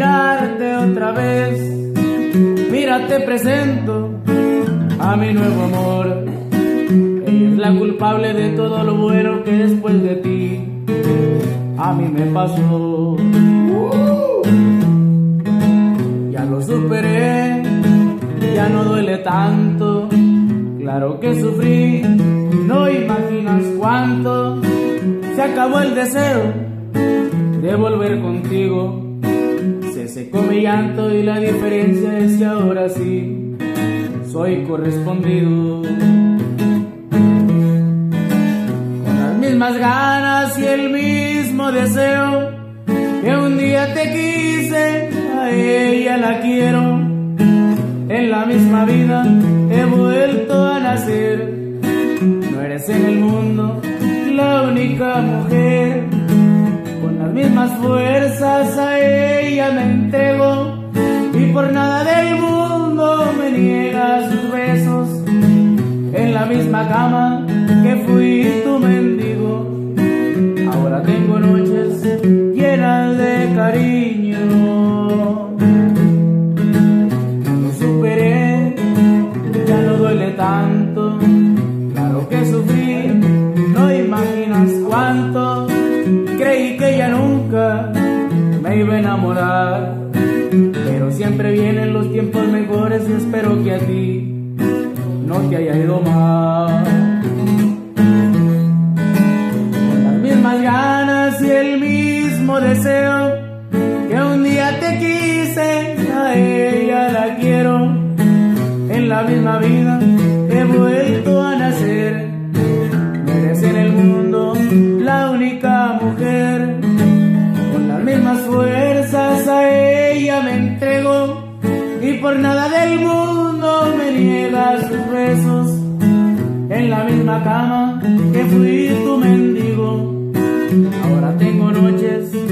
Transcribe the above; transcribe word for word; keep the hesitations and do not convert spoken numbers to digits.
mirarte otra vez. Mira, te presento a mi nuevo amor. Ella es la culpable de todo lo bueno que después de ti a mí me pasó. Ya lo superé, ya no duele tanto. Claro que sufrí, no imaginas cuánto. Se acabó el deseo de volver contigo. Se secó mi llanto y la diferencia es que ahora sí soy correspondido. Con las mismas ganas y el mismo deseo que un día te quise, a ella la quiero. En la misma vida he vuelto a nacer. No eres en el mundo la única mujer. Con las mismas fuerzas a ella me entrego, y por nada del mundo me niega sus besos. En la misma cama que fui tu mendigo, ahora tengo noches llenas de cariño. Lo superé, ya no duele tanto. Claro que sufrí, no imaginas cuánto. Creí que ya nunca me iba a enamorar, pero siempre vienen los tiempos mejores y espero que a ti no te haya ido mal. Con las mismas ganas y el mismo deseo que un día te quise, a ella la quiero. En la misma vida he vuelto a nacer. No eres en el mundo la única mujer. Con las mismas fuerzas a ella me entrego, y por nada del mundo me niega sus besos. En la misma cama que fui tu mendigo, ahora tengo noches